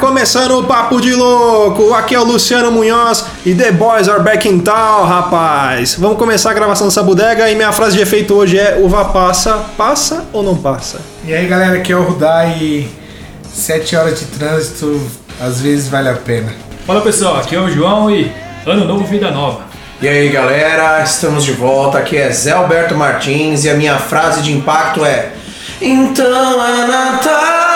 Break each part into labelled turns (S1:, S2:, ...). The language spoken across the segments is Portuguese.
S1: começando o Papo de Louco. Aqui é o Luciano Munhoz e The Boys are back in town, rapaz. Vamos começar a gravação dessa bodega e minha frase de efeito hoje é: uva passa, passa ou não passa?
S2: E aí, galera, aqui é o Rudai e 7 horas de trânsito às vezes vale a pena.
S3: Fala pessoal, aqui é o João e ano novo, vida nova.
S4: E aí galera, estamos de volta, aqui é Zé Alberto Martins e a minha frase de impacto é: então é Natal!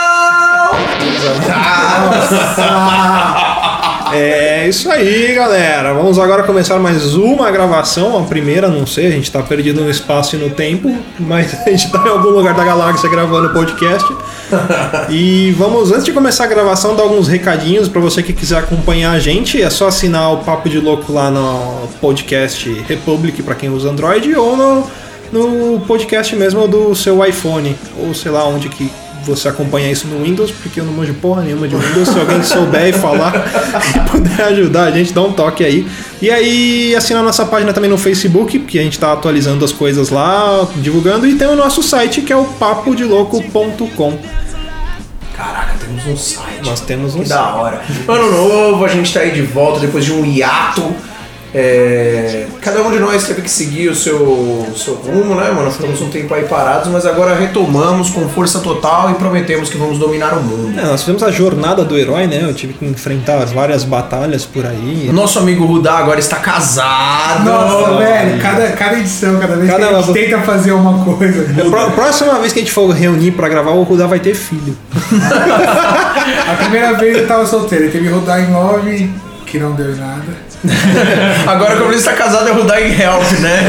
S1: É isso aí, galera. Vamos agora começar mais uma gravação. A primeira, não sei, a gente tá perdido no espaço e no tempo, mas a gente tá em algum lugar da galáxia gravando o podcast. E vamos, antes de começar a gravação, dar alguns recadinhos pra você que quiser acompanhar a gente. É só assinar o Papo de Louco lá no podcast Republic pra quem usa Android, ou no podcast mesmo do seu iPhone, ou sei lá onde que você acompanha isso no Windows, porque eu não manjo porra nenhuma de Windows. Se alguém souber e falar e puder ajudar a gente, dá um toque aí. E aí, assinar nossa página também no Facebook, porque a gente tá atualizando as coisas lá, divulgando. E tem o nosso site, que é o papodelouco.com.
S4: Caraca, temos um site.
S1: Nós temos um
S4: que
S1: site.
S4: Da hora. Ano novo, a gente tá aí de volta depois de um hiato. Cada um de nós teve que seguir o seu rumo, né, mano? Ficamos um tempo aí parados, mas agora retomamos com força total e prometemos que vamos dominar o mundo.
S1: Nós fizemos a jornada do herói, né? Eu tive que enfrentar várias batalhas por aí.
S4: O nosso amigo Rudá agora está casado.
S2: Nossa, velho, cada edição, cada vez que a gente tenta fazer uma coisa.
S1: Próxima vez que a gente for reunir pra gravar, o Rudá vai ter filho.
S2: A primeira vez eu tava solteiro, ele teve que rodar em Love, que não deu nada.
S4: Agora, como ele está casado, é Rudá em Help, né?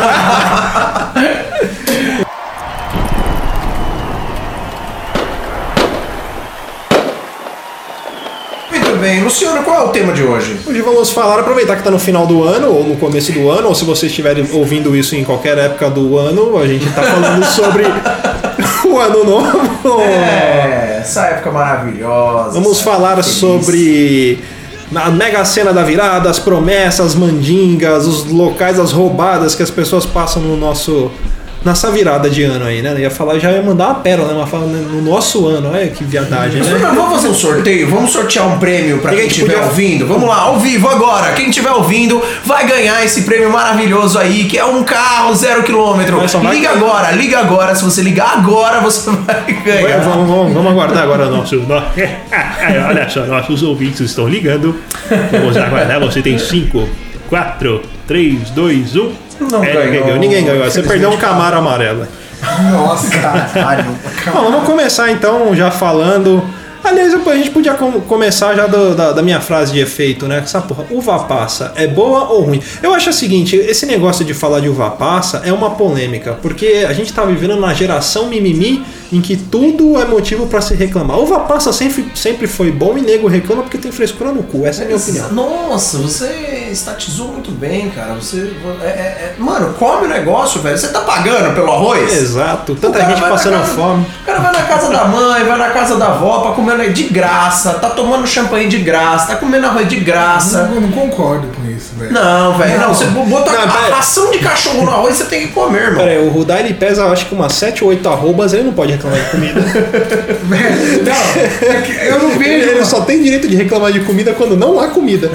S4: Muito bem, Luciano, qual é o tema de hoje?
S1: Hoje vamos falar, aproveitar que está no final do ano, ou no começo do ano, ou se você estiver ouvindo isso em qualquer época do ano, a gente está falando sobre o ano novo.
S4: Essa época maravilhosa.
S1: Vamos falar sobre a mega cena da virada, as promessas, as mandingas, os locais, as roubadas que as pessoas passam nessa virada de ano aí, né? Já ia mandar uma pérola, né? Mas fala no nosso ano, olha que viadagem, né?
S4: Vamos fazer um sorteio? Vamos sortear um prêmio pra quem estiver ouvindo? Vamos lá, ao vivo agora. Quem estiver ouvindo vai ganhar esse prêmio maravilhoso aí, que é um carro 0 km. Liga agora. Se você ligar agora, você vai ganhar.
S1: Vamos aguardar agora nosso. Olha só, nossos ouvintes estão ligando. Vamos aguardar. Você tem 5, 4, 3, 2, 1.
S4: Não ganhou.
S1: Ninguém ganhou. Você perdeu um Camaro amarelo.
S2: Nossa, caralho.
S1: Bom, vamos começar então já falando. Aliás, a gente podia começar já da minha frase de efeito, né? Essa porra, uva passa é boa ou ruim? Eu acho o seguinte, esse negócio de falar de uva passa é uma polêmica, porque a gente tá vivendo na geração mimimi em que tudo é motivo pra se reclamar. Uva passa sempre foi bom e nego reclama porque tem frescura no cu. Essa é a minha opinião.
S4: Nossa, você estatizou muito bem, cara. Você. Mano, come o negócio, velho. Você tá pagando pelo arroz?
S1: Exato. Tanta gente passando fome.
S4: O cara vai na casa da mãe, vai na casa da avó pra comer de graça, tá tomando champanhe de graça, tá comendo arroz de graça.
S2: Eu não concordo com isso, velho.
S4: Não, velho. Não, você bota a ração de cachorro no arroz, você tem que comer, irmão.
S1: Pera aí, o Rudá ele pesa acho que umas 7 ou 8 arrobas, ele não pode reclamar de comida.
S2: Velho, não, eu não vejo.
S1: Ele só tem direito de reclamar de comida quando não há comida.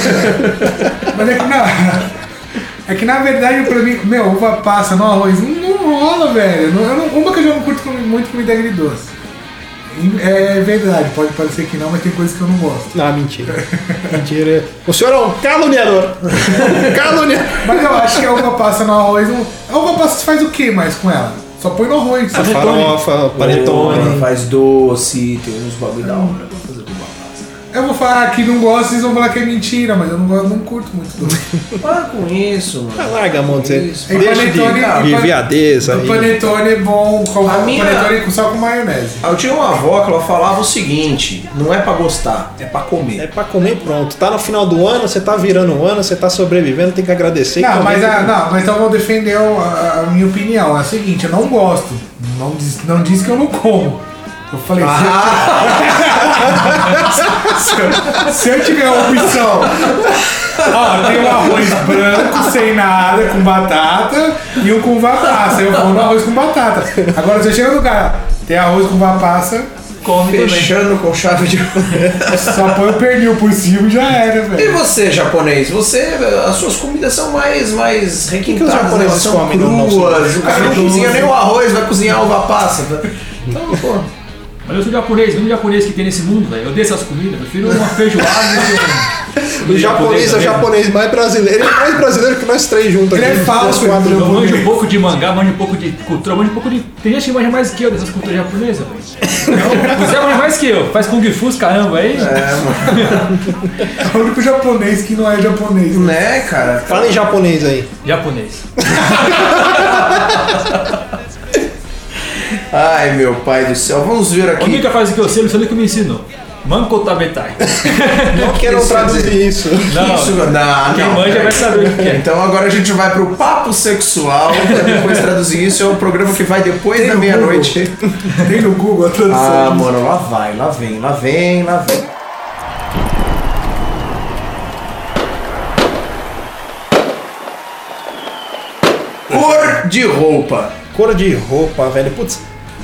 S2: Mas é que na verdade, pra mim, uva passa no arroz, não rola, velho. Uma que eu já não curto muito comida agridoce. É verdade, pode parecer que não, mas tem coisas que eu não gosto.
S1: Ah, mentira. Mentira. O senhor é um caluniador. Caluniador.
S2: Mas eu acho que a uva passa no arroz. A uva passa você faz o que mais com ela? Só põe no arroz.
S1: Farofa, panetone.
S4: Faz doce, tem uns bagulho da hora pra fazer uva passa.
S2: Eu vou falar que não gosto, vocês vão falar que é mentira, mas eu não curto muito doce.
S4: Para com isso, mano.
S1: Larga a mão de
S2: você.
S1: Deixa de viadeza.
S2: O panetone é bom, panetone só com maionese.
S4: Eu tinha uma avó que ela falava o seguinte: não é pra gostar, é pra comer.
S1: É pra comer, pronto. Tá no final do ano, você tá virando o ano, você tá sobrevivendo, tem que agradecer.
S2: Mas então eu vou defender a minha opinião. É o seguinte, eu não gosto. Não diz que eu não como. Eu falei, se eu tiver a opção, tem um arroz branco, sem nada, com batata, e com uva passa. Eu vou no arroz com batata. Agora, você chega no lugar, tem arroz com uva passa,
S3: come
S4: Fechando com chave de...
S2: Só põe o pernil por cima e já era,
S4: E
S2: velho.
S4: você, japonês? As suas comidas são mais requintadas,
S1: japoneses
S4: são
S1: comem no nosso
S4: cruas. O cara não cozinha nem o arroz, vai cozinhar a uva passa. Então, pô...
S3: Mas eu sou japonês, o único japonês que tem nesse mundo, velho. Eu odeio essas comidas, eu prefiro uma feijoada do que
S1: O japonês é o japonês mais brasileiro. Ele é mais brasileiro que nós três juntos
S2: Ele
S1: aqui.
S2: é falso,
S1: Nós quatro.
S3: Eu manjo um pouco de mangá, manjo um pouco de cultura, manjo um pouco de... Tem gente que manja mais que eu dessas culturas japonesas, velho. Não, você manja mais que eu, faz Kung Fu, caramba, aí.
S2: É o único japonês que não é japonês.
S4: Né, cara?
S1: Fala em japonês aí.
S3: Japonês.
S4: Ai, meu pai do céu. Vamos ver
S3: A
S4: aqui.
S3: única frase que eu sei, o Luciano que me ensinou. Manko tabetai.
S1: Não quero
S4: isso
S1: traduzir isso.
S3: Não,
S4: Isso, não,
S3: quem
S4: não,
S3: manja
S4: peraí.
S3: vai saber o que é.
S4: Então agora a gente vai pro papo sexual pra depois traduzir isso. É o programa que vai depois
S2: Tem
S4: da
S2: no
S4: meia-noite.
S2: Tem no Google a tradução.
S4: Ah, mano, lá vai, lá vem, lá vem, lá vem. Cor de roupa.
S1: Cor de roupa, velho. Putz,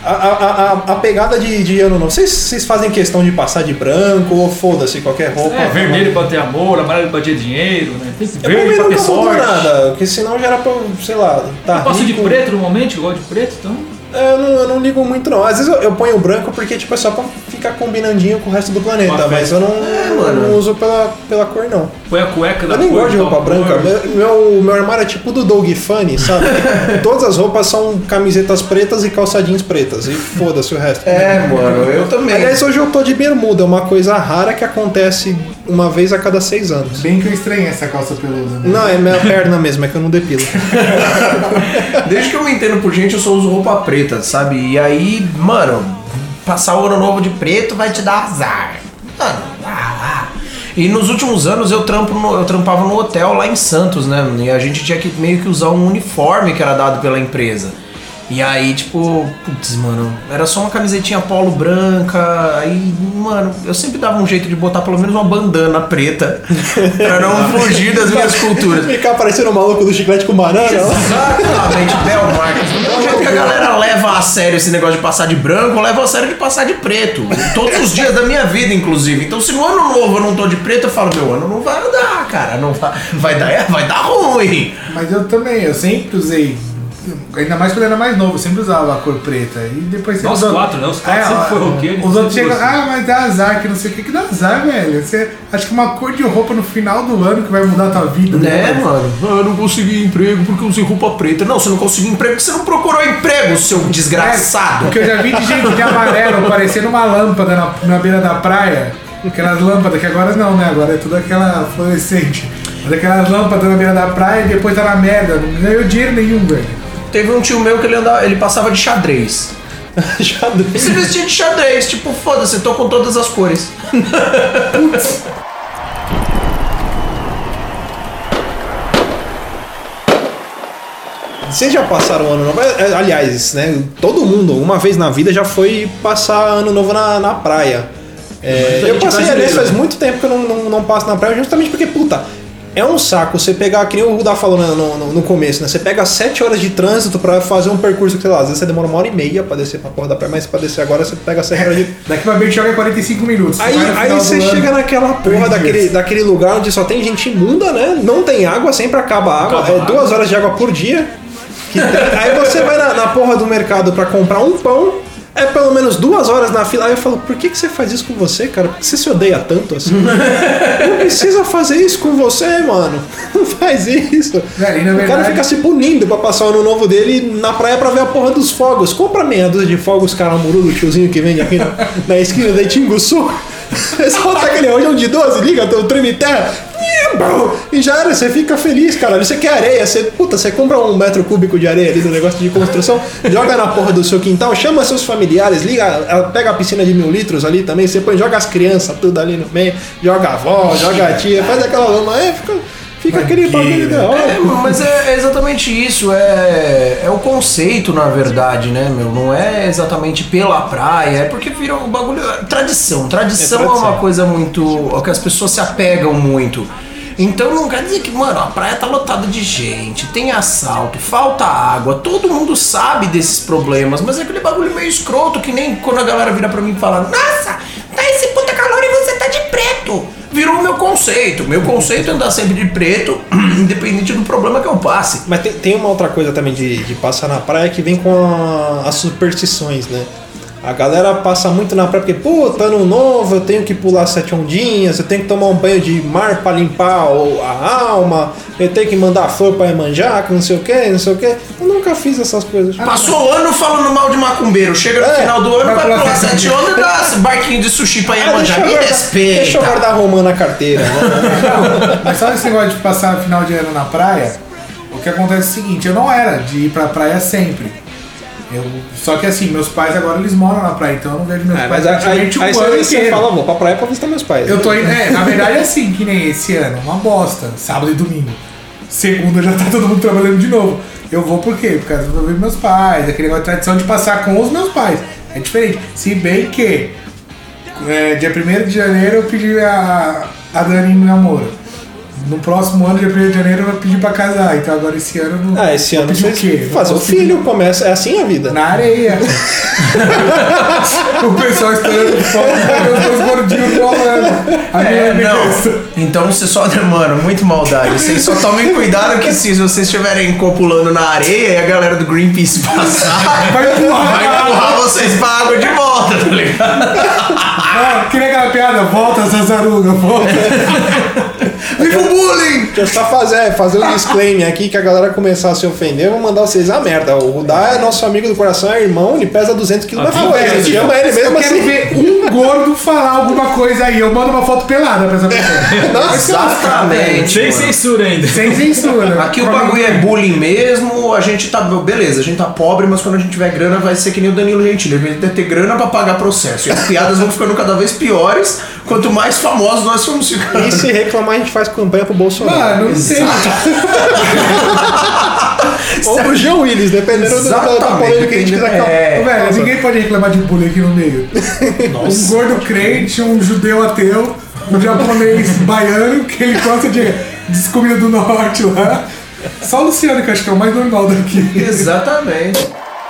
S1: a pegada de ano novo. Vocês fazem questão de passar de branco ou foda-se qualquer roupa?
S3: É, vermelho pra ter amor, amarelo pra ter dinheiro, né? Tem
S1: Eu
S3: verde pra ter
S1: nunca mudou
S3: sorte.
S1: nada, porque senão já era pra, sei lá, tá
S3: Eu passo de
S1: rico.
S3: preto normalmente, eu gosto de preto, então...
S1: Eu não ligo muito não. Às vezes eu ponho o branco porque tipo, é só pra ficar combinandinho com o resto do planeta,
S3: Uma
S1: mas eu não,
S4: mano.
S1: não uso pela cor não.
S3: Põe a cueca da
S1: Eu nem
S3: cor
S1: gosto de roupa
S3: tal
S1: branca.
S3: cor.
S1: Meu armário é tipo do Doug Funny, sabe? Todas as roupas são camisetas pretas e calçadinhos pretas. E foda-se o resto.
S4: É, mano, eu também.
S1: Aliás, hoje eu tô de bermuda, uma coisa rara que acontece uma vez a cada 6 anos.
S2: Bem que eu estranhei essa calça peluda, né?
S1: Não, é minha perna mesmo, é que eu não depilo.
S4: Desde que eu me entendo por gente, eu só uso roupa preta, sabe? E aí, mano, passar o ano novo de preto vai te dar azar. Mano, E nos últimos anos eu trampava no hotel lá em Santos, né? E a gente tinha que meio que usar um uniforme que era dado pela empresa. E aí, tipo, putz, mano, era só uma camisetinha polo branca. Aí, mano, eu sempre dava um jeito de botar pelo menos uma bandana preta pra não fugir das minhas culturas.
S1: Ficar parecendo o maluco do chiclete com banana. ó.
S4: Exatamente, Bel Marcos. Do mesmo jeito que a galera leva a sério esse negócio de passar de branco, eu levo a sério de passar de preto. Todos os dias da minha vida, inclusive. Então, se no ano novo eu não tô de preto, eu falo, meu ano não vai dar, cara. Não vai dar ruim.
S2: Mas eu também, eu sempre usei. Ainda mais quando eu era mais novo, eu sempre usava a cor preta. E depois
S3: Nós quatro, né? Os quatro sempre foi roqueiro.
S2: Os outros
S3: sempre
S2: chegam, mas dá azar, que não sei o que dá azar, velho. Você acha que uma cor de roupa no final do ano que vai mudar a tua vida,
S4: Né, mano? Eu não consegui emprego porque eu usei roupa preta. Não, você não conseguiu emprego porque você não procurou emprego, seu desgraçado.
S2: Porque eu já vi de gente de amarelo parecendo uma lâmpada na beira da praia. Aquelas lâmpadas que agora não, né? Agora é tudo aquela fluorescente. Mas aquelas lâmpadas na beira da praia e depois tá na merda. Não ganhou dinheiro nenhum, velho.
S4: Teve um tio meu que ele passava de xadrez.
S1: Xadrez.
S4: E se vestia de xadrez, tipo, foda-se, eu tô com todas as cores.
S1: Vocês já passaram o ano novo? Aliás, né? Todo mundo, uma vez na vida, já foi passar ano novo na praia. Eu passei, aliás, faz muito tempo que eu não passo na praia, justamente porque, puta, é um saco você pegar, que nem o Rudá falou no começo, né? Você pega 7 horas de trânsito pra fazer um percurso que, sei lá, às vezes você demora 1h30 pra descer pra porra da praia, mas pra descer agora você pega 7 horas de...
S2: Daqui pra ver joga 45 minutos.
S1: Aí você chega naquela porra daquele lugar onde só tem gente imunda, né? Não tem água, sempre acaba a água. É 2 horas de água por dia. Aí você vai na porra do mercado pra comprar um pão, é pelo menos 2 horas na fila. Aí eu falo, por que você faz isso com você, cara? Por que você se odeia tanto assim? Não precisa fazer isso com você, mano. Não faz isso.
S2: Velho, e na
S1: O cara
S2: verdade-
S1: fica se punindo pra passar o ano novo dele na praia pra ver a porra dos fogos. Compra meia dúzia de fogos caramuru do tiozinho que vende aqui na esquina da Itinguçu. Você solta aquele rojão de 12, liga teu tremiter e já era, você fica feliz, cara. Você quer areia, você compra 1 metro cúbico de areia ali no negócio de construção, joga na porra do seu quintal, chama seus familiares, pega a piscina de 1000 litros ali também, você põe, joga as crianças tudo ali no meio, joga a avó, joga a tia, faz aquela lama, fica aquele bagulho da hora.
S4: Mas é exatamente isso, é o conceito, na verdade, né, meu? Não é exatamente pela praia, é porque vira um bagulho. Tradição. Tradição é uma coisa muito. que as pessoas se apegam muito. Então não quer dizer que, mano, a praia tá lotada de gente, tem assalto, falta água, todo mundo sabe desses problemas, mas é aquele bagulho meio escroto que nem quando a galera vira pra mim e fala: nossa, tá esse puta calor e você tá de preto. Virou o meu conceito. Meu conceito é andar sempre de preto, independente do problema que eu passe.
S1: Mas tem uma outra coisa também de passar na praia que vem com as superstições, né? A galera passa muito na praia porque, puta, ano novo, eu tenho que pular 7 ondinhas, eu tenho que tomar um banho de mar pra limpar a alma, eu tenho que mandar flor pra Iemanjá, que não sei o que, não sei o que. Eu nunca fiz essas coisas.
S4: Passou o ano falando mal de macumbeiro, chega no final do ano, vai pular 7 ondas e dá barquinho de sushi pra Iemanjá. Me respeita.
S1: Deixa eu guardar romã na carteira, né?
S2: Mas sabe esse negócio de passar final de ano na praia? O que acontece é o seguinte, eu não era de ir pra praia sempre. Só que assim, meus pais agora eles moram na praia, então eu não vejo meus pais praticamente
S1: aí você fala, vou pra praia pra visitar meus pais.
S2: Eu tô indo, na verdade é assim, que nem esse ano, uma bosta, sábado e domingo. Segunda já tá todo mundo trabalhando de novo. Eu vou por quê? Por causa do ver meus pais, aquele negócio de tradição de passar com os meus pais. É diferente. Se bem que dia 1º de janeiro eu pedi a Dani em namoro. No próximo ano, dia 1º de janeiro, eu vou pedir pra casar. Então agora esse ano não.
S1: Esse ano você fazer o filho, começa. É assim a vida.
S2: Na areia. O pessoal estourando fogo, os dois gordinhos rolando.
S4: Não. Então você só. Mano, muito maldade. Vocês só tomem cuidado que se vocês estiverem copulando na areia e a galera do Greenpeace passar, vai empurrar vocês pra água de volta, tá ligado?
S2: Que nem aquela piada, volta, Zazaruga, volta.
S4: Viva o bullying!
S1: Deixa eu só fazer um disclaimer aqui que a galera começar a se ofender, eu vou mandar vocês a merda. O Rudá é nosso amigo do coração, é irmão, ele pesa 200 kg, mas foi, a gente ama ele mesmo assim.
S2: Eu quero ver um gordo falar alguma coisa aí, eu mando uma foto pelada pra essa pessoa.
S1: Nossa,
S4: exatamente.
S3: Sem censura ainda.
S2: Sem censura.
S4: Aqui o bagulho é bullying mesmo, a gente tá, beleza, a gente tá pobre, mas quando a gente tiver grana vai ser que nem o Danilo Gentili, a gente vai ter grana pra pagar processo. E as piadas vão ficando cada vez piores, quanto mais famosos nós formos ficando.
S1: E se reclamar, a gente faz campanha pro Bolsonaro.
S2: Mano, não sei.
S1: Ou pro Jean Willis, dependendo da polêmica que a gente quiser.
S2: Velho, ninguém pode reclamar de bullying aqui no meio. Um gordo crente, um judeu ateu, um japonês baiano, que ele gosta de comida do norte lá. Só o Luciano, que acho que é o mais normal daqui.
S4: Exatamente.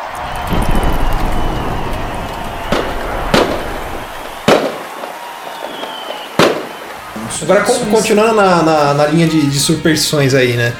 S1: Agora, continuando na linha de superstições aí, né?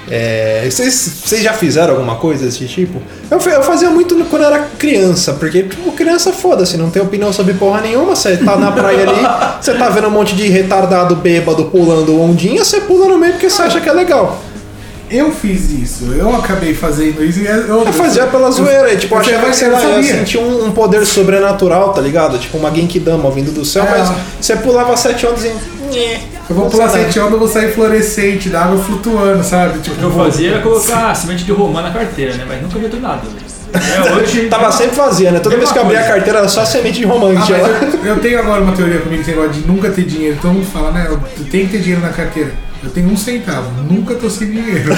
S1: Vocês já fizeram alguma coisa desse tipo? Eu fazia muito quando eu era criança, porque criança foda-se, não tem opinião sobre porra nenhuma, você tá na praia ali, você tá vendo um monte de retardado bêbado pulando ondinha, você pula no meio porque você acha que é legal.
S2: Eu fiz isso, eu acabei fazendo isso e
S1: eu fazia pela zoeira, tipo, eu achava que você ia sentir um poder sobrenatural, tá ligado? Tipo uma Genkidama vindo do céu, mas você pulava 7 ondas e...
S2: Eu vou pular 7 ondas, eu vou sair fluorescente, da água flutuando, sabe? Tipo,
S3: o que eu fazia era colocar semente de romã na carteira, né? Mas nunca vi nada.
S1: Hoje tava sempre vazia, né? Toda vez que eu abria a carteira era só semente de romã.
S2: Eu tenho agora uma teoria comigo, esse negócio de nunca ter dinheiro. Todo mundo fala, né? Eu tenho que ter dinheiro na carteira. Eu tenho 1 centavo, nunca tô sem dinheiro.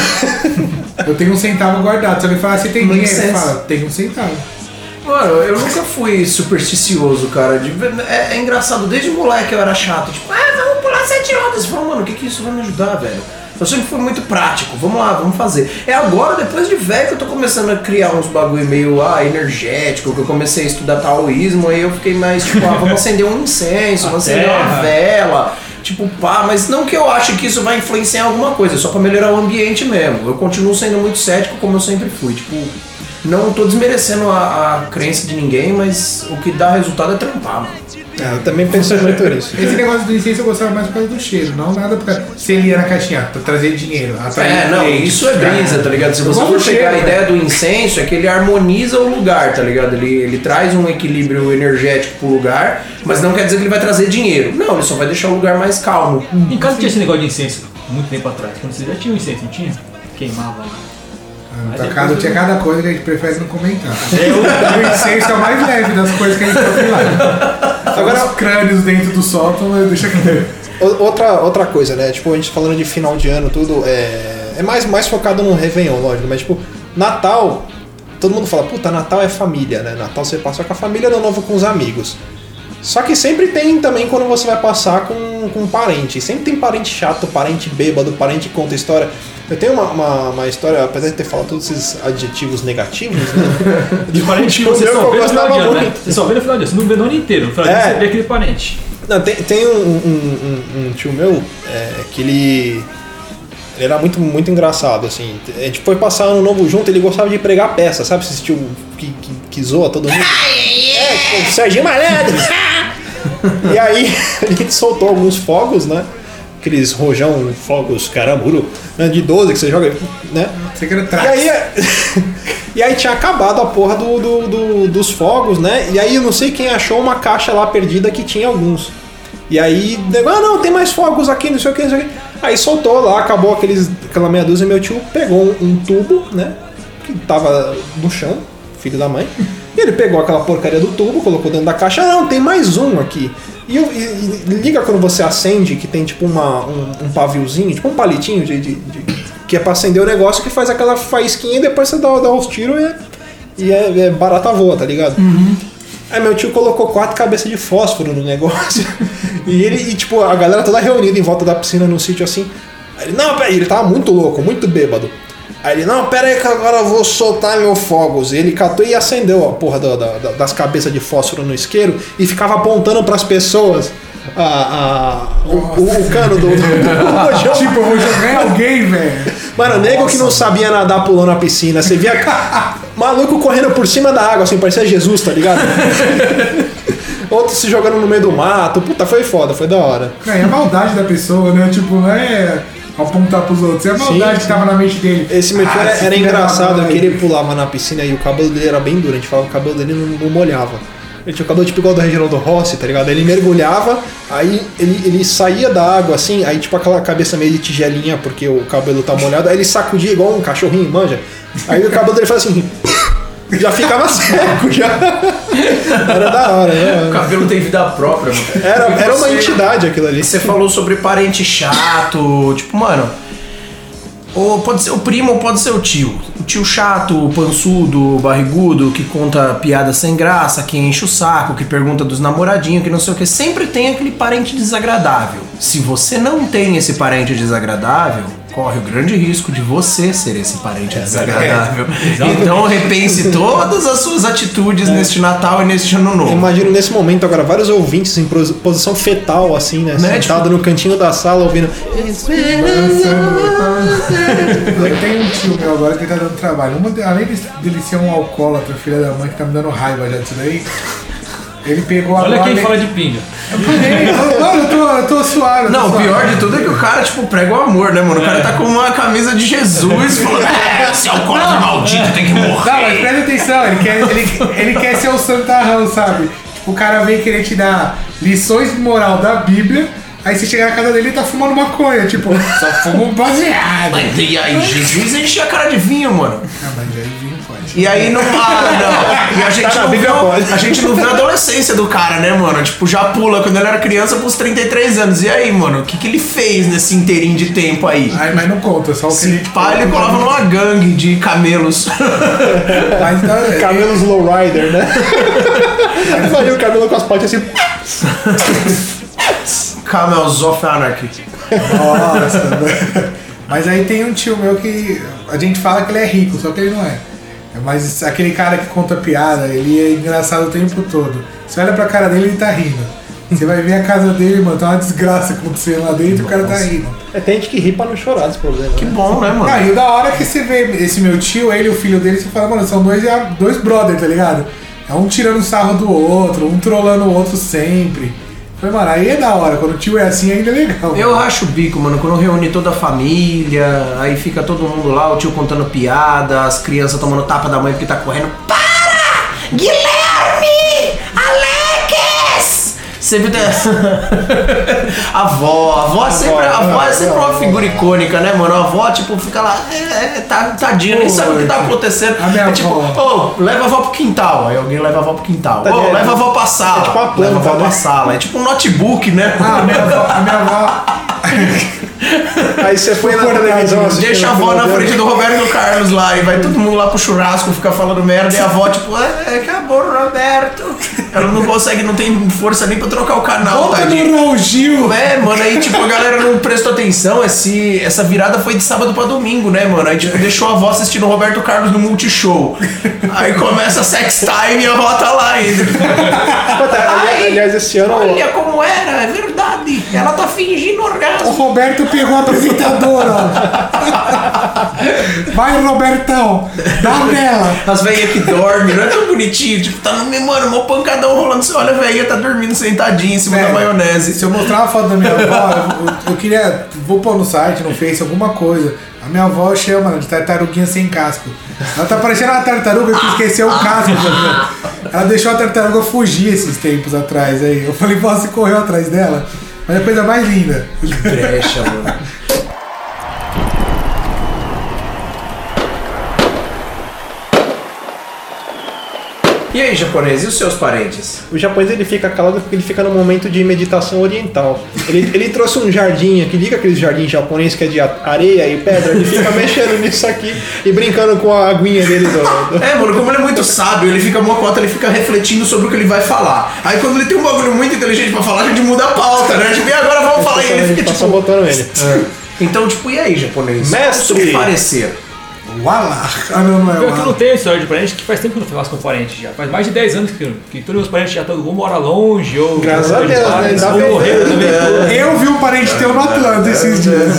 S2: Eu tenho 1 centavo guardado. Se alguém falar, você tem dinheiro? Você fala, tenho 1 centavo.
S4: Mano, eu nunca fui supersticioso, cara. É engraçado, desde moleque eu era chato. Tipo, vamos pular 7 ondas. Eu falo, mano, o que isso vai me ajudar, velho? Eu sempre fui muito prático, vamos lá, vamos fazer. É agora, depois de velho, que eu tô começando a criar uns bagulho meio energético, que eu comecei a estudar taoísmo, aí eu fiquei mais tipo, vamos acender um incenso, vamos acender uma vela. Tipo, mas não que eu ache que isso vai influenciar em alguma coisa, só pra melhorar o ambiente mesmo. Eu continuo sendo muito cético como eu sempre fui, tipo, não tô desmerecendo a crença de ninguém, mas o que dá resultado é trampar, mano.
S1: Eu também penso muito nisso.
S2: Esse negócio do incenso eu gostava mais por causa do cheiro, não nada pra se ele ia na caixinha, pra trazer dinheiro.
S4: Isso é brisa, tá ligado? Se você for pegar a ideia do incenso, é que ele harmoniza o lugar, tá ligado? Ele traz um equilíbrio energético pro lugar, mas não quer dizer que ele vai trazer dinheiro. Não, ele só vai deixar o lugar mais calmo.
S3: Em casa tinha esse negócio de incenso, muito tempo atrás, quando você já tinha um incenso, não tinha? Queimava lá.
S2: Na casa tinha cada coisa que a gente prefere não comentar. O incenso é o mais leve das coisas que a gente tem lá. Agora, os crânios dentro do sótão, deixa aqui.
S1: Outra coisa, né? Tipo, a gente falando de final de ano, tudo, é mais focado no Réveillon, lógico, mas tipo, Natal, todo mundo fala, puta, Natal é família, né? Natal você passa com a família, Ano Novo com os amigos. Só que sempre tem também quando você vai passar com parente. Sempre tem parente chato, parente bêbado, parente que conta história. Eu tenho uma história, apesar de ter falado todos esses adjetivos negativos, né?
S3: De parente que você só vê no final de ano, né? Você só vê no final de ano, você não vê no ano inteiro. No final de ano você vê aquele parente.
S1: Não, tem um tio meu que ele era muito engraçado, assim. A gente foi passar ano novo junto, ele gostava de pregar peça, sabe? Esse tio que zoa todo mundo. Tipo, Serginho Malandro! E aí a gente soltou alguns fogos, né? Aqueles rojão, fogos caramuru, né? De 12 que você joga, né? E aí tinha acabado a porra dos fogos, né? E aí eu não sei quem achou uma caixa lá perdida que tinha alguns. E aí, não, tem mais fogos aqui, não sei o que, não sei o que. Aí soltou lá, acabou aquela meia dúzia, e meu tio pegou um tubo, né? Que tava no chão, filho da mãe. E ele pegou aquela porcaria do tubo, colocou dentro da caixa. Não, tem mais um aqui. E liga quando você acende, que tem tipo um paviozinho, tipo um palitinho que é pra acender o negócio, que faz aquela faísquinha e depois você dá os tiros e é barata voa, tá ligado?
S2: Uhum.
S1: Aí meu tio colocou 4 cabeças de fósforo no negócio. E tipo, a galera toda reunida em volta da piscina num sítio assim. Aí ele, não, peraí, ele tava muito louco, muito bêbado. Aí ele, não, pera aí que agora eu vou soltar meu fogos. E ele catou e acendeu a porra das cabeças de fósforo no isqueiro e ficava apontando pras pessoas o cano do rojão.
S2: Tipo, eu vou jogar em alguém, velho.
S1: Mano, nego que não sabia nadar pulou na piscina. Você via maluco correndo por cima da água, assim, parecia Jesus, tá ligado? Outro se jogando no meio do mato. Puta, foi foda, foi da hora.
S2: É a maldade da pessoa, né? Tipo, não é apontar pros outros. É a maldade que tava na mente dele.
S1: Esse meu tio era engraçado, que ele pulava na piscina e o cabelo dele era bem duro. A gente falava que o cabelo dele não molhava. Ele tinha o cabelo tipo igual do Reginaldo Rossi, tá ligado? Ele mergulhava, aí ele saía da água assim, aí tipo aquela cabeça meio de tigelinha, porque o cabelo tá molhado, aí ele sacudia igual um cachorrinho, manja. Aí o cabelo dele faz assim, já ficava seco, já. Era da hora, né?
S4: O cabelo tem vida própria, mano.
S1: Era uma entidade aquilo ali.
S4: Você falou sobre parente chato, tipo, mano. Ou pode ser o primo ou pode ser o tio. O tio chato, o pançudo, o barrigudo, que conta piada sem graça, que enche o saco, que pergunta dos namoradinhos, que não sei o que. Sempre tem aquele parente desagradável. Se você não tem esse parente desagradável, corre o grande risco de você ser esse parente desagradável. Então repense todas as suas atitudes neste Natal e neste Ano Novo.
S1: Imagino nesse momento agora vários ouvintes em posição fetal, assim, né? Sentado no cantinho da sala ouvindo.
S2: Eu tenho um tio meu agora que tá dando trabalho. Além dele ser um alcoólatra, filha da mãe, que tá me dando raiva já disso daí. Ele pegou
S3: Olha quem fala de pinga.
S2: Eu tô suave.
S4: Não, o pior de tudo é que o cara, tipo, prega o amor, né, mano? O cara tá com uma camisa de Jesus falando, esse alcoólatra maldito tem que morrer.
S2: Não, mas presta atenção, ele quer ser o santarrão, sabe? Tipo, o cara vem querer te dar lições de moral da Bíblia, aí você chega na casa dele e tá fumando maconha, tipo, só fuma um baseado.
S4: Mas e aí, Jesus enchia a cara de vinho, mano.
S2: Ah, mas aí vinho pode.
S4: E aí não. Não. E a gente não viu a adolescência do cara, né, mano? Tipo, já pula quando ele era criança pros 33 anos. E aí, mano, o que ele fez nesse inteirinho de tempo aí?
S2: Ai, mas não conta, só o que ele.
S4: Pá, ele colava numa gangue de camelos.
S2: Mas tá,
S1: Camelos lowrider, né? Aí o cabelo com as patas assim.
S4: Camels of Anarchy.
S2: Nossa, mas aí tem um tio meu que a gente fala que ele é rico, só que ele não é. Mas aquele cara que conta piada, ele é engraçado o tempo todo. Você olha pra cara dele e ele tá rindo. Você vai ver a casa dele, mano, tá uma desgraça acontecendo lá dentro e o cara tá rindo.
S1: Tem gente que ri pra não chorar desse problema.
S4: Que bom, né, mano?
S2: Ah, e da hora que você vê esse meu tio, ele e o filho dele, você fala, mano, são dois brothers, tá ligado? É um tirando sarro do outro, um trollando o outro sempre. Foi, mano, aí é da hora, quando o tio é assim ainda é legal.
S4: Eu racho o bico, mano, quando reúne toda a família, aí fica todo mundo lá, o tio contando piada, as crianças tomando tapa da mãe porque tá correndo. Para! Guilherme! Alex! Sempre tem... A avó é sempre uma figura icônica, né, mano? A avó, tipo, fica lá, tadinha, nem sabe o que tá acontecendo.
S2: A minha
S4: é tipo, leva a avó pro quintal. Aí alguém leva a avó pro quintal. Leva a avó pra sala.
S1: É tipo uma planta,
S4: leva a avó
S1: né?
S4: pra sala. É tipo um notebook, né?
S2: Ah, a minha avó...
S1: Aí Aí você põe na televisão assistindo.
S4: Deixa a avó na frente do Roberto Carlos lá e vai todo mundo lá pro churrasco ficar falando merda e a avó tipo, acabou o Roberto. Ela não consegue, não tem força nem pra trocar o canal,
S2: Volta
S4: tadinho.
S2: no Raul Gil.
S4: Mano, aí tipo a galera não prestou atenção, essa virada foi de sábado pra domingo, né, mano? Aí tipo deixou a avó assistindo o Roberto Carlos no Multishow. Aí começa a sex time e a avó tá lá ainda.
S1: Aliás, esse ano...
S4: Olha como era, é verdade. Ela tá fingindo
S2: O
S4: orgasmo.
S2: Roberto pegou a apresentadora. Vai, Robertão. Dá nela.
S4: As velhas que dormem, não é tão bonitinho. Tipo, tá no meio, mano, mó pancadão rolando. Você olha, a velha tá dormindo sentadinha em cima da maionese.
S2: Se eu mostrar uma foto da minha avó, eu queria. Vou pôr no site, no Face, alguma coisa. A minha avó chama de tartaruguinha sem casco. Ela tá parecendo uma tartaruga que esqueceu o casco. Ela deixou a tartaruga fugir esses tempos atrás. Aí eu falei, você correu atrás dela? Mas é a coisa mais linda.
S4: Que brecha, mano. E aí, japonês, e os seus parentes?
S1: O japonês ele fica calado porque ele fica no momento de meditação oriental. Ele trouxe um jardim aqui, liga aqueles jardins japoneses que é de areia e pedra, ele fica mexendo nisso aqui e brincando com a aguinha dele
S4: Mano, como ele é muito sábio, ele fica mocota, ele fica refletindo sobre o que ele vai falar. Aí quando ele tem um bagulho muito inteligente pra falar, a gente muda a pauta, né? Tipo, e agora vamos falar, e ele fica tipo...
S1: botando ele.
S4: Então, tipo, e aí, japonês?
S1: Mestre!
S4: Qual o seu parecer?
S2: Uala! Ah, não é
S3: Eu que não
S2: uala.
S3: tenho história de parente, que faz tempo que eu não faço com parente já. Faz mais de 10 anos que todos os meus parentes já estão, ou moram longe, ou...
S1: Graças a Deus, né? Ainda
S3: Ou
S1: bem.
S3: morreram também.
S2: Eu vi um parente teu no Atlanta esses dias.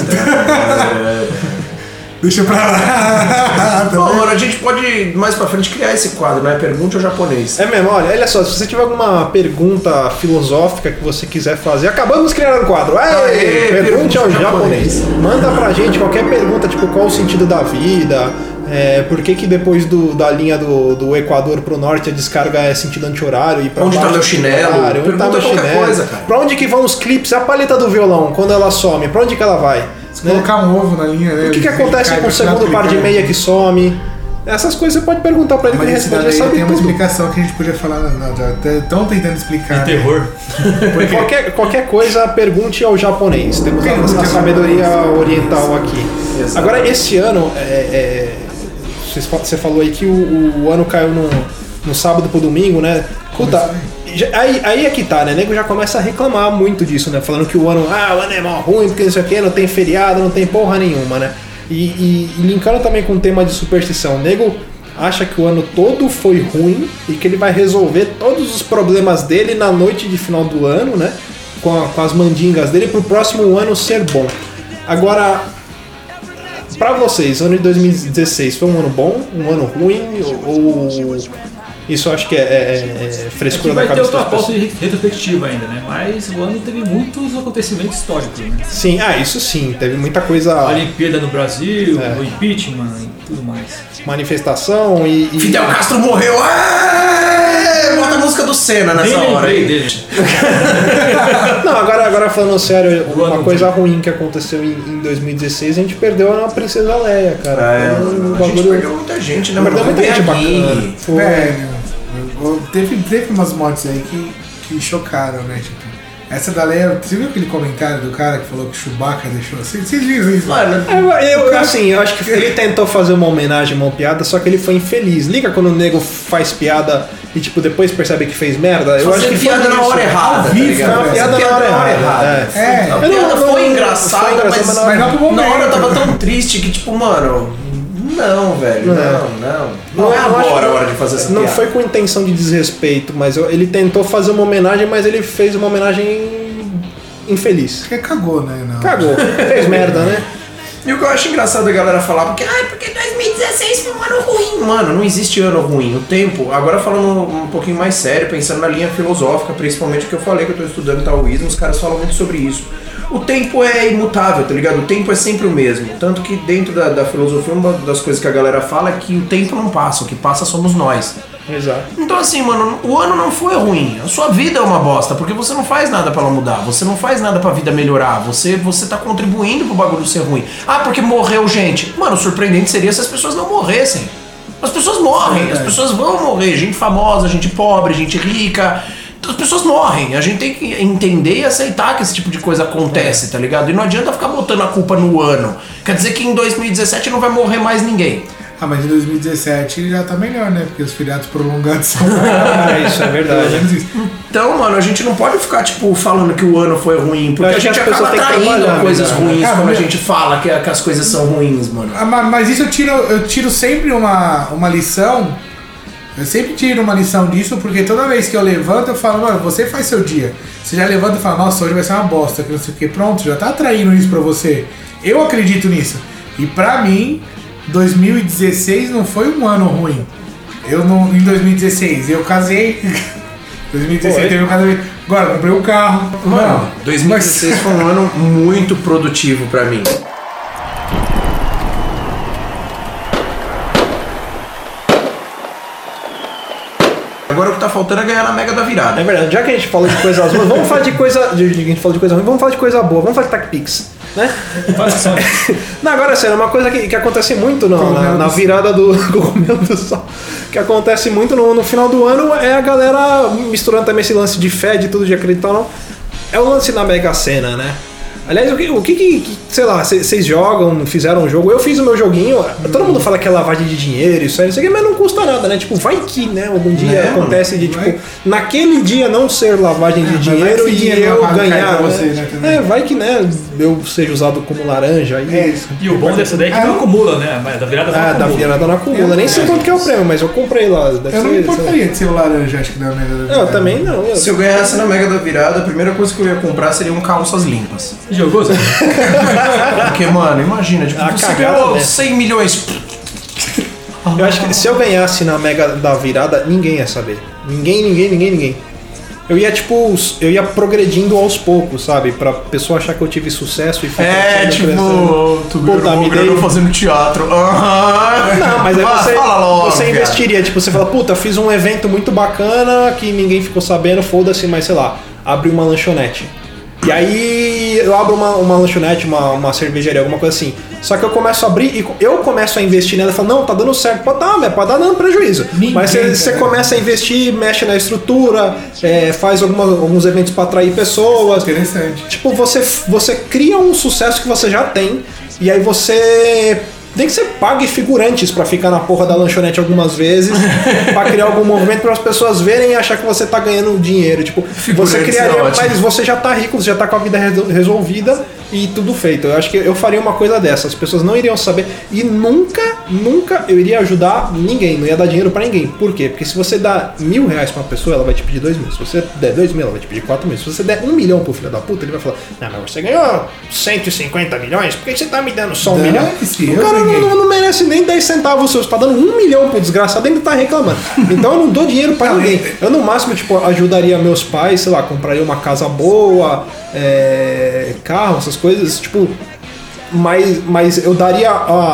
S2: Deixa pra lá.
S4: Bom, mano, a gente pode mais pra frente criar esse quadro, né? Pergunte ao japonês.
S1: É mesmo, olha só, se você tiver alguma pergunta filosófica que você quiser fazer, acabamos de criar um quadro.
S4: Aê,
S1: Pergunte ao japonês. Manda pra gente qualquer pergunta, tipo, qual o sentido da vida, por que depois da linha do Equador pro norte a descarga é sentido anti-horário e pra
S4: Onde tá
S1: baixo
S4: meu
S1: é
S4: chinelo?
S1: anti-horário, onde tá
S4: Pergunta
S1: meu
S4: qualquer
S1: chinelo,
S4: coisa, cara.
S1: pra onde que vão os clipes, a paleta do violão, quando ela some, pra onde que ela vai?
S2: Se colocar um ovo na linha, né?
S1: O que acontece com o segundo par de meia que some? Essas coisas você pode perguntar pra ele que ele
S2: Mas esse
S1: responde,
S2: daí
S1: ele sabe
S2: tem uma
S1: tudo.
S2: explicação que a gente podia falar. Estão tentando explicar.
S3: Que terror.
S1: Qualquer coisa, pergunte ao japonês. Temos a sabedoria oriental aqui.
S4: Exato.
S1: Agora, esse ano, você falou aí que o ano caiu no sábado pro domingo, né? Puta, aí é que tá, né? O nego já começa a reclamar muito disso, né? Falando que o ano é mal ruim, porque não sei o que, não tem feriado, não tem porra nenhuma, né? E linkando também com o tema de superstição, o nego acha que o ano todo foi ruim e que ele vai resolver todos os problemas dele na noite de final do ano, né? Com as mandingas dele pro próximo ano ser bom. Agora, pra vocês, o ano de 2016 foi um ano bom, um ano ruim ou isso eu acho que é frescura da
S3: Vai ter
S1: cabeça
S3: outra
S1: das
S3: pauta
S1: pessoas?
S3: retrospectiva ainda, né? Mas o ano teve muitos acontecimentos históricos, né?
S1: Sim, isso sim, teve muita coisa,
S3: A Olimpíada no Brasil,
S1: É.
S3: o impeachment e tudo mais.
S1: manifestação e
S4: Fidel Castro morreu! Bota a música do Senna nessa
S3: Nem
S4: hora
S3: lembrei
S4: aí.
S3: dele.
S1: Não, agora falando sério,
S3: O ano
S1: uma coisa ruim que aconteceu em 2016, a gente perdeu a Princesa Leia, cara. Foi um
S4: A gente perdeu muita gente, né?
S1: Perdeu muita gente
S4: Miyagi.
S1: bacana. Foi.
S2: Velho, teve umas mortes aí que chocaram, né? Tipo, essa da Leia, você viu aquele comentário do cara que falou que Chewbacca deixou? Vocês viram isso?
S4: Mano,
S1: Eu acho que ele tentou fazer uma homenagem, uma piada, só que ele foi infeliz. Liga quando o nego faz piada e tipo depois percebe que fez merda? Eu acho que
S4: piada
S1: foi
S4: na
S1: isso.
S4: hora errada, tá
S2: vivo,
S4: ligado?
S2: foi uma
S1: piada na hora errada.
S2: É.
S4: A
S1: Eu
S4: piada
S1: não-
S4: foi
S1: não-
S4: engraçada,
S1: foi engraçada,
S4: mas
S2: mas não pro momento.
S4: na hora tava tão triste que tipo, mano, não, velho, não é
S1: eu acho
S4: agora a
S1: que
S4: hora de fazer essa
S1: Não
S4: piada.
S1: foi com intenção de desrespeito, mas ele tentou fazer uma homenagem, mas ele fez uma homenagem infeliz.
S2: Porque cagou, né? Não.
S1: Cagou, fez merda, né?
S4: E o que eu acho engraçado a galera falar, porque 2016 foi um ano ruim. Mano, não existe ano ruim. O tempo, agora falando um pouquinho mais sério, pensando na linha filosófica, principalmente o que eu falei, que eu tô estudando taoísmo, os caras falam muito sobre isso. O tempo é imutável, tá ligado? O tempo é sempre o mesmo. Tanto que dentro da filosofia, uma das coisas que a galera fala é que o tempo não passa, o que passa somos nós.
S1: Exato.
S4: Então assim, mano, o ano não foi ruim. A sua vida é uma bosta, porque você não faz nada pra ela mudar. Você não faz nada pra vida melhorar. Você tá contribuindo pro bagulho ser ruim. Porque morreu gente. Mano, o surpreendente seria se as pessoas não morressem. As pessoas morrem, as pessoas vão morrer. Gente famosa, gente pobre, gente rica. as pessoas morrem. A gente tem que entender e aceitar que esse tipo de coisa acontece, tá ligado? E não adianta ficar botando a culpa no ano. Quer dizer que em 2017 não vai morrer mais ninguém.
S2: Ah, mas em 2017 já tá melhor, né? Porque os feriados prolongados são...
S1: Isso é verdade.
S4: Então, mano, a gente não pode ficar, tipo, falando que o ano foi ruim, porque a gente acaba atraindo coisas ruins quando a gente fala que as coisas são ruins, mano.
S2: Mas isso eu tiro sempre uma lição. Eu sempre tiro uma lição disso, porque toda vez que eu levanto, eu falo, mano, você faz seu dia. Você já levanta e fala, nossa, hoje vai ser uma bosta, que não sei o que. Pronto, já tá atraindo isso pra você. Eu acredito nisso. E pra mim, 2016 não foi um ano ruim. Em 2016, eu casei. 2016 teve um casamento. Agora, comprei um carro.
S4: Mano, 2016 foi um ano muito produtivo pra mim. Agora o que tá faltando é ganhar na Mega da Virada.
S1: É verdade, já que a gente falou de coisas ruins, vamos falar de coisa. A gente falou de coisa ruim, vamos falar de coisa boa, vamos falar de TacPix, né? Não, agora é sério, uma coisa que acontece muito na virada do Cogumelo do Sol, que acontece muito no final do ano é a galera misturando também esse lance de fé, de tudo, de acreditar ou não. É o lance na Mega Sena, né? Aliás, o que sei lá, vocês jogam, fizeram um jogo? Eu fiz o meu joguinho, todo mundo fala que é lavagem de dinheiro, isso aí, mas não custa nada, né? Tipo, vai que, né? Algum dia acontece de, tipo, naquele dia não ser lavagem de dinheiro e eu ganhar, né? Vai que, né? Eu seja usado como laranja.
S3: E o bom dessa daí é que não acumula, né? Mas da virada não acumula.
S1: Da virada não acumula. Nem sei quanto que é o prêmio, mas eu comprei lá.
S2: Eu não me importaria de ser o laranja, acho que da Mega da Virada.
S1: Eu também não.
S4: Se eu ganhasse na Mega da Virada, a primeira coisa que eu ia comprar seriam calças limpas.
S3: Jogou, Zé?
S4: Porque, mano, imagina, tipo, você ganhou 100 milhões.
S1: Eu acho que se eu ganhasse na Mega da Virada, ninguém ia saber. Ninguém. Eu ia, tipo, progredindo aos poucos, sabe? Pra pessoa achar que eu tive sucesso e ficar
S4: tu ganhou fazendo teatro.
S1: Não, mas aí você investiria, tipo, você fala, puta, fiz um evento muito bacana que ninguém ficou sabendo, foda-se, mas sei lá, abre uma lanchonete. E aí eu abro uma lanchonete, uma cervejaria, alguma coisa assim. Só que eu começo a abrir e eu começo a investir nela e falo, não, tá dando certo, pode dar dando prejuízo. Mas você começa a investir, mexe na estrutura, faz alguns eventos pra atrair pessoas.
S2: Interessante.
S1: Tipo, você cria um sucesso que você já tem, e aí você... Nem que você pague figurantes pra ficar na porra da lanchonete algumas vezes, pra criar algum movimento para as pessoas verem e achar que você tá ganhando dinheiro. Tipo, você criaria, mas você já tá rico, você já tá com a vida resolvida e tudo feito. Eu acho que eu faria uma coisa dessa. As pessoas não iriam saber e nunca eu iria ajudar ninguém, não ia dar dinheiro pra ninguém. Por quê? Porque se você dá R$1.000 pra uma pessoa, ela vai te pedir 2 mil. Se você der 2 mil, ela vai te pedir 4 mil. Se você der 1 milhão pro filho da puta, ele vai falar, não, mas você ganhou 150 milhões, por que você tá me dando só 1 milhão? O cara não merece nem 10 centavos seus, tá dando 1 milhão pro desgraçado, ainda tá reclamando. Então eu não dou dinheiro pra ninguém. Eu no máximo, tipo, ajudaria meus pais, sei lá, compraria uma casa boa, carro, essas coisas, tipo, mas eu daria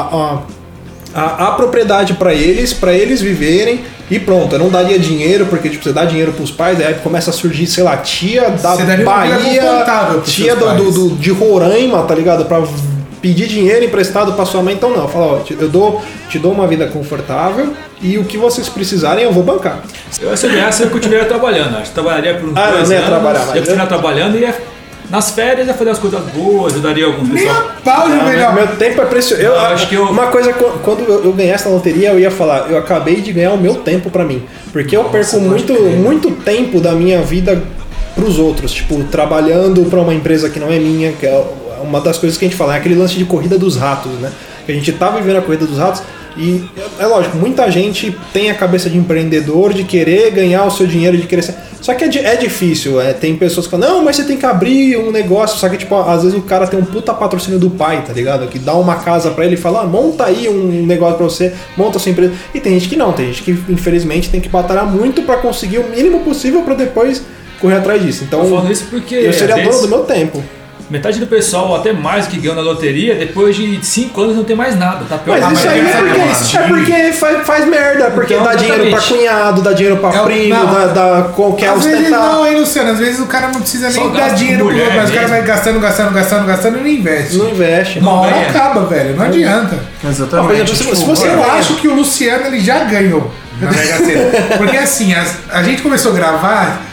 S1: a propriedade pra eles viverem e pronto. Eu não daria dinheiro, porque tipo, você dá dinheiro pros pais, aí começa a surgir, sei lá, tia da Bahia, tia de Roraima, tá ligado? Pra pedir dinheiro emprestado pra sua mãe. Então não, eu falo, ó, te dou uma vida confortável e o que vocês precisarem eu vou bancar.
S3: Se eu ganhasse, eu continuaria trabalhando. Acho que trabalharia por uns 2 anos.
S1: Não ia trabalhar mais.
S3: Ia continuar trabalhando e nas férias ia fazer as coisas boas, ajudaria algum pessoal.
S1: Meu tempo é precioso. Uma coisa, quando eu ganhasse na loteria, eu ia falar, eu acabei de ganhar o meu tempo pra mim. Porque eu perco muito tempo da minha vida pros outros. Tipo, trabalhando pra uma empresa que não é minha, que é uma das coisas que a gente fala, é aquele lance de corrida dos ratos, né? Que a gente tá vivendo a corrida dos ratos e é lógico, muita gente tem a cabeça de empreendedor, de querer ganhar o seu dinheiro, de querer ser... Só que é difícil, tem pessoas que falam, não, mas você tem que abrir um negócio, só que tipo, às vezes o cara tem um puta patrocínio do pai, tá ligado? Que dá uma casa pra ele e fala, monta aí um negócio pra você, monta a sua empresa. E tem gente que não, tem gente que infelizmente tem que batalhar muito pra conseguir o mínimo possível pra depois correr atrás disso. Então,
S3: eu falo isso porque
S1: eu seria dono do meu tempo.
S3: Metade do pessoal, ou até mais que ganhou na loteria, depois de 5 anos não tem mais nada, tá pior.
S1: Mas isso aí é porque faz merda, porque então, dá dinheiro pra cunhado, dá dinheiro pra primo, dá qualquer
S2: ostentar. Às vezes não, hein, Luciano, às vezes o cara não precisa nem dar dinheiro pro outro, mas o cara vai gastando e não investe.
S1: Não investe.
S2: Uma hora acaba, velho, não adianta.
S4: Exatamente.
S1: Por exemplo, se você
S2: eu acho que o Luciano ele já ganhou na Mega Sena. Porque assim, a gente começou a gravar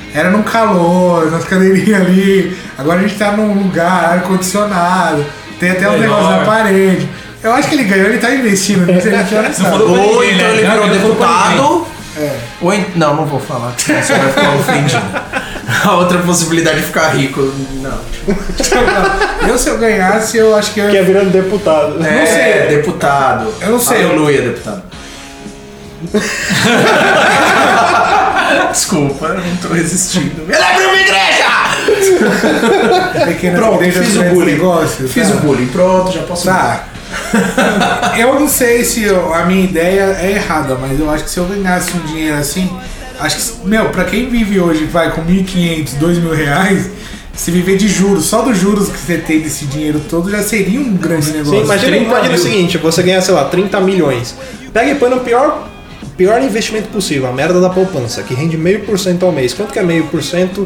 S2: era num calor, nas cadeirinhas ali. Agora a gente tá num lugar, ar-condicionado, tem até uns negócios na parede. Eu acho que ele ganhou, ele tá investindo nisso, ele já sabe.
S4: Ou então ele virou deputado. Não vou falar, senão você vai ficar ofendido. A outra possibilidade de ficar rico. Não.
S2: Se eu ganhasse, eu acho que eu
S1: ia virando deputado.
S2: Não sei.
S4: Deputado.
S2: Eu não sei.
S4: Aleluia, deputado. Desculpa, eu não tô resistindo. Ele abriu uma igreja! Pronto, fiz o bullying. Fiz o bullying, pronto, já posso
S2: dar. Eu não sei se a minha ideia é errada, mas eu acho que se eu ganhasse um dinheiro assim, acho que, pra quem vive hoje, vai com 1.500, 2.000 reais, se viver de juros, só dos juros que você tem desse dinheiro todo, já seria um grande negócio.
S1: Sim, imagina o seguinte, você ganha, sei lá, 30 milhões. Pega e põe no pior investimento possível, a merda da poupança, que rende 0,5% ao mês. Quanto que é 0,5%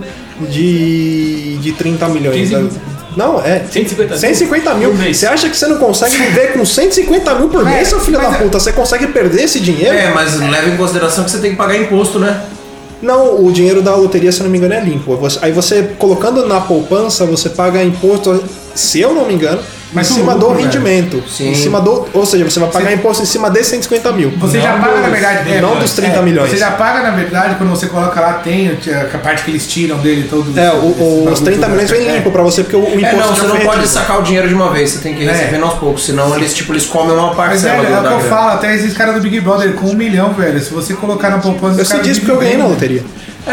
S1: de 30 milhões? Não, 150 mil. Você acha que você não consegue viver com 150 mil por mês, seu filho da puta? Você consegue perder esse dinheiro?
S4: Mas leva em consideração que você tem que pagar imposto, né?
S1: Não, o dinheiro da loteria, se eu não me engano, é limpo. Aí você, colocando na poupança, você paga imposto, se eu não me engano, em cima do rendimento. Em cima ou seja, você vai pagar imposto em cima de 150 mil.
S2: Você já paga, na verdade,
S1: não dos 30 milhões.
S2: Você já paga, na verdade, quando você coloca lá, tem a parte que eles tiram dele todo.
S1: Os 30 milhões vem limpo pra você, porque o imposto
S4: não, você não pode sacar o dinheiro de uma vez, você tem que receber aos poucos, senão eles comem uma parcela.
S2: Mas, velho, é o que eu falo, até esses caras do Big Brother com 1 milhão, velho. Se você colocar na poupança.
S1: Eu sei disso porque eu ganhei na loteria.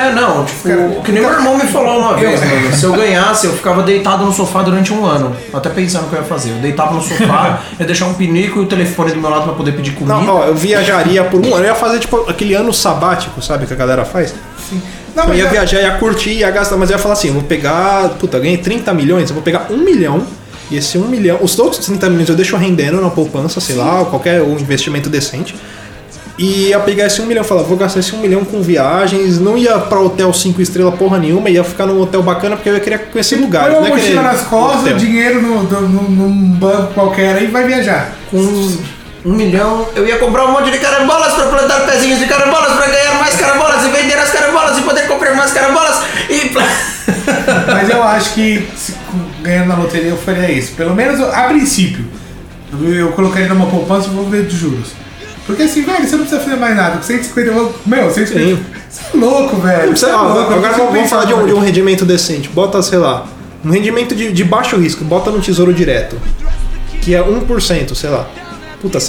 S4: Que nem meu irmão me falou uma vez, mano. Se eu ganhasse, eu ficava deitado no sofá durante 1 ano. Até pensando o que eu ia fazer. Eu deitava no sofá, ia deixar um pinico e o telefone do meu lado pra poder pedir comida.
S1: Não, eu viajaria por 1 ano. Eu ia fazer tipo aquele ano sabático, sabe, que a galera faz?
S2: Sim.
S1: Eu ia viajar, ia curtir, ia gastar, mas eu ia falar assim, eu vou pegar, eu ganhei 30 milhões, eu vou pegar 1 milhão. E esse 1 milhão, os outros 30 milhões eu deixo rendendo na poupança, sei lá, qualquer investimento decente. E ia pegar esse 1 milhão e falar, vou gastar esse 1 milhão com viagens, não ia pra hotel 5 estrelas porra nenhuma, ia ficar num hotel bacana porque eu ia querer conhecer lugares.
S2: Põe uma mochila nas costas, dinheiro num banco qualquer aí e vai viajar.
S4: Com 1 milhão, eu ia comprar um monte de carambolas pra plantar pezinhos de carambolas pra ganhar mais carambolas e vender as carambolas e poder comprar mais carambolas e...
S2: Mas eu acho que ganhando na loteria eu faria isso. Pelo menos a princípio. Eu colocaria numa poupança e vou ver de juros. Porque assim, velho, você não precisa fazer mais nada. Com 150, 150.
S1: Sim.
S2: Você é louco, velho.
S1: Agora vamos falar de um rendimento decente. Bota, sei lá, um rendimento de baixo risco. Bota no Tesouro Direto. Que é 1%, sei lá. Puta,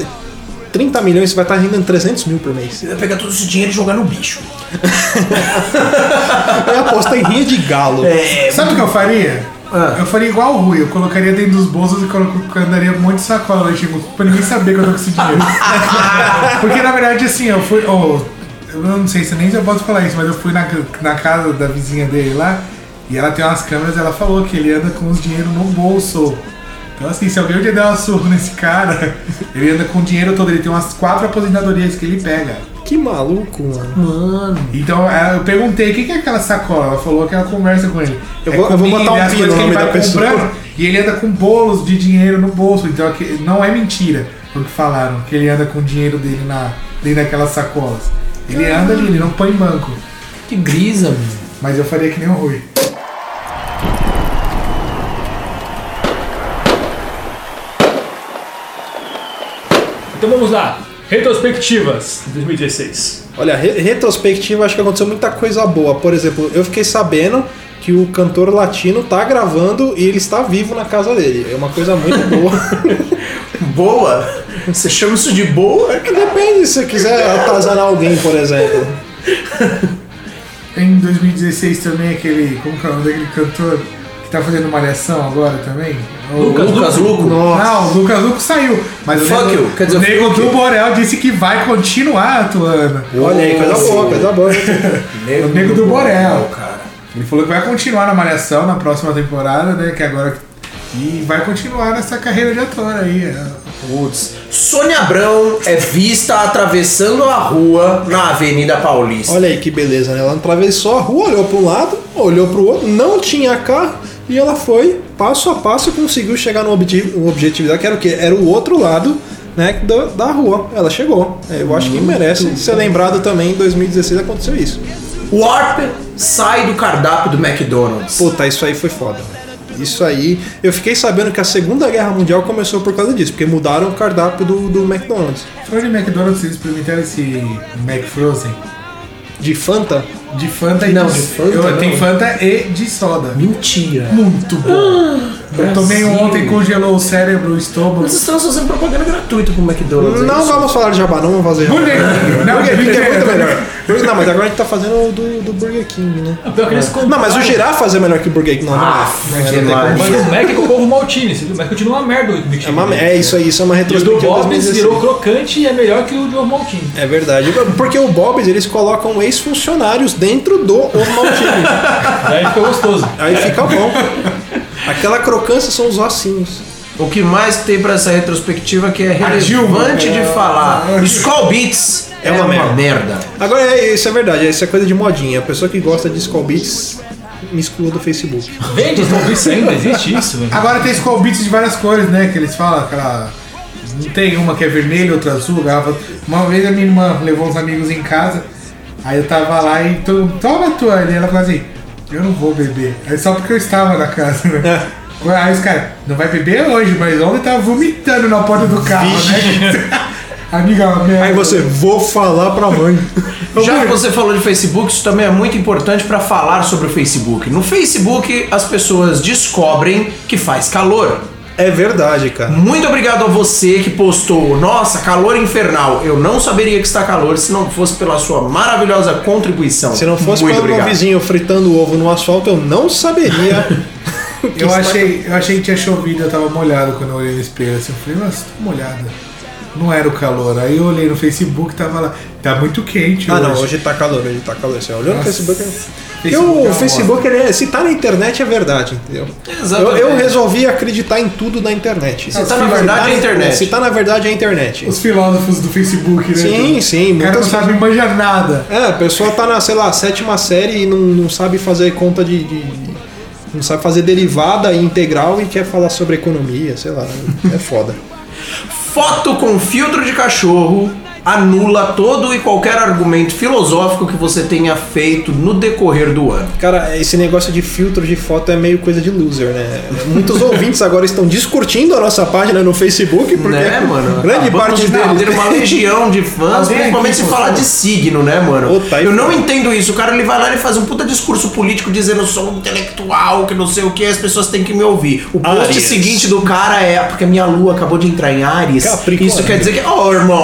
S1: 30 milhões você vai estar rendendo 300 mil por mês.
S4: Você vai pegar todo esse dinheiro e jogar no bicho.
S1: Eu aposto em rinha de galo.
S2: Sabe o que eu faria? Eu faria igual o Rui, eu colocaria dentro dos bolsos e andaria um monte de sacola lá em Xingu, pra ninguém saber que eu tô com esse dinheiro. Porque na verdade assim, eu fui. Eu não sei se nem eu posso falar isso, mas eu fui na casa da vizinha dele lá e ela tem umas câmeras, ela falou que ele anda com os dinheiro no bolso. Então assim, se alguém um dia der uma surra nesse cara, ele anda com o dinheiro todo, ele tem umas 4 aposentadorias que ele pega.
S1: Que maluco, mano.
S2: Então eu perguntei, o que é aquela sacola? Ela falou que ela conversa com ele.
S1: Eu vou botar um pino no nome da pessoa.
S2: E ele anda com bolos de dinheiro no bolso. Então não é mentira o que falaram, que ele anda com o dinheiro dele dentro daquelas sacolas. Ele anda ali, ele não põe em banco.
S4: Que brisa, mano.
S2: Mas eu faria que nem o Rui.
S3: Então vamos lá. Retrospectivas de 2016.
S1: Olha, retrospectiva, acho que aconteceu muita coisa boa. Por exemplo, eu fiquei sabendo que o cantor latino tá gravando e ele está vivo na casa dele. É uma coisa muito boa.
S4: Boa? Você chama isso de boa?
S1: Depende, se você quiser atazanar alguém, por exemplo.
S2: Em 2016 também como que é o nome daquele cantor que tá fazendo Malhação agora também?
S4: Lucas Luco?
S2: Não, o Lucas Luco saiu. Mas o Nego do Borel disse que vai continuar atuando.
S1: Olha aí, coisa boa, coisa boa.
S2: O Nego do Borel, cara. Ele falou que vai continuar na Malhação na próxima temporada, né? Que agora. E vai continuar nessa carreira de ator aí.
S4: Putz. Sônia Abrão é vista atravessando a rua na Avenida Paulista.
S1: Olha aí que beleza, né? Ela atravessou a rua, olhou para um lado, olhou para o outro, não tinha carro. E ela foi, passo a passo, e conseguiu chegar no objetividade, que era o quê? Era o outro lado, né, da rua. Ela chegou. Eu acho que merece ser lembrado também. Em 2016 aconteceu isso.
S4: Warp sai do cardápio do McDonald's.
S1: Puta, isso aí foi foda. Isso aí, eu fiquei sabendo que a Segunda Guerra Mundial começou por causa disso, porque mudaram o cardápio do McDonald's.
S2: Falando em McDonald's, vocês experimentaram esse McFrozen?
S1: De Fanta?
S2: De Fanta e
S4: Não, de Fanta
S2: Tem
S4: não.
S2: Fanta e de soda.
S4: Mentira.
S2: Muito bom. Eu tomei ontem, congelou o cérebro, o estômago.
S4: Vocês estão fazendo propaganda gratuita pro McDonald's.
S1: Não vamos falar de jabá, não vamos fazer jabá.
S2: Burger King. Não,
S1: Burger King é muito
S2: mentira.
S1: melhor. Não, mas agora a gente tá fazendo o do Burger King, né?
S3: Pior que eles
S1: Não, mas o Girafa é melhor que o Burger King. Não, não é.
S4: demais.
S3: Mas o Mac é com o povo maltine, o Mac continua uma merda o Big Chicken.
S1: É isso aí, isso é uma
S3: E o do
S1: retrospectiva de
S3: Bob's
S1: 2016.
S3: virou crocante e é melhor que o do maltine.
S1: É verdade, porque o Bob's eles colocam ex-funcionários dentro do Ovo Maltine.
S3: Daí fica gostoso.
S1: Aí fica bom. Aquela crocância são os ossinhos.
S4: O que mais tem pra essa retrospectiva que é relevante de falar? Skull Beats é uma merda.
S1: Agora, isso é verdade, isso é coisa de modinha. A pessoa que gosta de Skull Beats me exclua do Facebook.
S3: Vende Skull Beats ainda, existe isso, velho.
S2: Agora tem Skull Beats de várias cores, né? Que eles falam, aquela... Não tem uma que é vermelha, outra azul, garrafa. Uma vez a minha irmã levou uns amigos em casa, aí eu tava lá e todo mundo, toma a tua. E ela falou assim, eu não vou beber. Aí só porque eu estava na casa, né? Aí os caras, não vai beber hoje, mas ontem tava vomitando na porta do carro, né? Amiga, minha...
S1: Aí você, vou falar pra mãe.
S4: Já que você falou de Facebook, isso também é muito importante para falar sobre o Facebook. No Facebook, as pessoas descobrem que faz calor.
S1: É verdade, cara.
S4: Muito obrigado a você que postou, nossa, calor infernal. Eu não saberia que está calor se não fosse pela sua maravilhosa contribuição.
S1: Se não fosse
S4: muito
S1: pelo meu
S4: obrigado.
S1: vizinho fritando ovo no asfalto, eu não saberia.
S2: Eu achei que tinha chovido, eu tava molhado quando eu olhei no espelho. Assim, eu falei, nossa, tô molhado. Não era o calor. Aí eu olhei no Facebook, tava lá. Tá muito quente
S1: Ah,
S2: hoje.
S1: não, hoje tá calor, Você olhou no
S2: Nossa.
S1: Facebook. Porque
S2: Facebook é
S1: o
S2: uma
S1: Facebook, se tá na internet, é verdade, entendeu?
S4: Exatamente.
S1: Eu resolvi acreditar em tudo na internet.
S4: Se tá na verdade, é internet.
S1: Se tá na verdade, é internet.
S2: Os filósofos do Facebook, né?
S1: Sim,
S2: O cara não
S1: muitas
S2: sabe manjar nada.
S1: a pessoa tá na, sei lá, 7ª série e não sabe fazer conta não sabe fazer derivada e integral e quer falar sobre economia, sei lá. É foda.
S4: Foto com filtro de cachorro anula todo e qualquer argumento filosófico que você tenha feito no decorrer do ano.
S1: Cara, esse negócio de filtro de foto é meio coisa de loser, né? Muitos ouvintes agora estão discutindo a nossa página no Facebook, porque
S4: Né, mano?
S1: grande
S4: Acabamos
S1: parte
S4: de
S1: deles...
S4: ter uma legião de fãs,
S2: Alguém
S4: principalmente
S2: aqui
S4: se falar
S2: postou.
S4: de signo, né, mano?
S1: Puta, aí
S4: eu não
S1: foi.
S4: entendo isso. O cara ele vai lá e faz um puta discurso político dizendo eu sou um intelectual, que não sei o que, as pesões têm que me ouvir. O post
S1: Áries.
S4: seguinte do cara é porque a minha lua acabou de entrar em Áries.
S1: Capricórnio.
S4: Isso quer dizer que, irmão,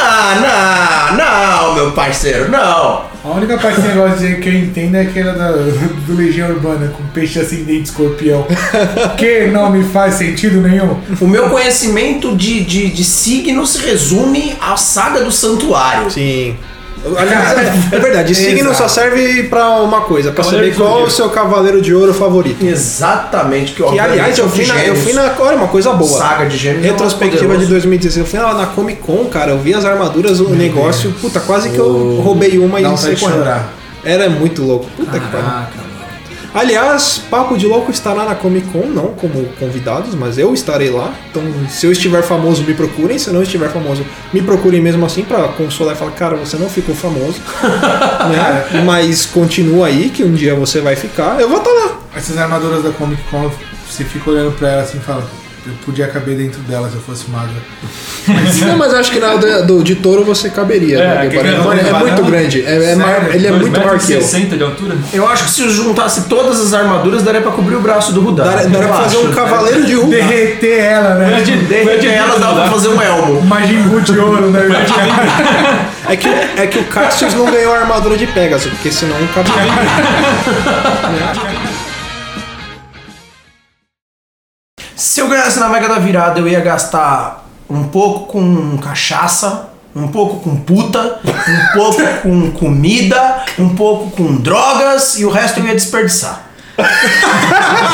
S4: não, meu parceiro, não.
S2: A única parte do negócio que eu entendo é aquela do Legião Urbana, com peixe ascendente escorpião. Que não me faz sentido nenhum.
S4: O meu conhecimento de signo se resume à saga do santuário.
S1: Sim. Aliás, é verdade, signo só serve pra uma coisa, pra
S3: Cavaleiro
S1: saber qual é o
S3: de
S1: seu cavaleiro de ouro favorito.
S4: Exatamente. Que,
S1: Que aliás, eu fui na. Olha, uma coisa boa.
S4: Saga de Gêmeos.
S1: Retrospectiva de 2016. Eu fui na Comic Con, cara. Eu vi as armaduras, o negócio. Puta, quase que eu roubei uma
S2: Dá
S1: e
S2: vontade
S1: saí
S2: de
S1: correndo.
S2: chorar.
S1: Era muito louco. Puta que pariu.
S4: Caraca, mano.
S1: Aliás, Papo de Louco estará na Comic Con, não como convidados, mas eu estarei lá. Então, se eu estiver famoso, me procurem. Se não estiver famoso, me procurem mesmo assim pra consolar e falar, cara, você não ficou famoso. Né? Mas continua aí, que um dia você vai ficar. Eu vou estar lá.
S2: Essas armaduras da Comic Con, você fica olhando pra ela assim e fala, eu podia caber dentro dela se eu fosse magra.
S1: Não, mas eu acho que na de touro você caberia. né?
S3: que
S1: É muito grande. Ele é muito maior que eu.
S3: 60 de altura.
S4: Eu acho que se eu juntasse todas as armaduras, daria pra cobrir o braço do Rudá.
S1: Daria pra fazer um cavaleiro de uva.
S2: Derreter ela, né?
S4: Derreter ela, dava pra fazer um elmo.
S2: Majin Buu de ouro, né?
S1: É que o Cassius não ganhou a armadura de Pegasus, porque senão caberia.
S4: Se eu ganhasse na Mega da Virada, eu ia gastar um pouco com cachaça, um pouco com puta, um pouco com comida, um pouco com drogas e o resto eu ia desperdiçar.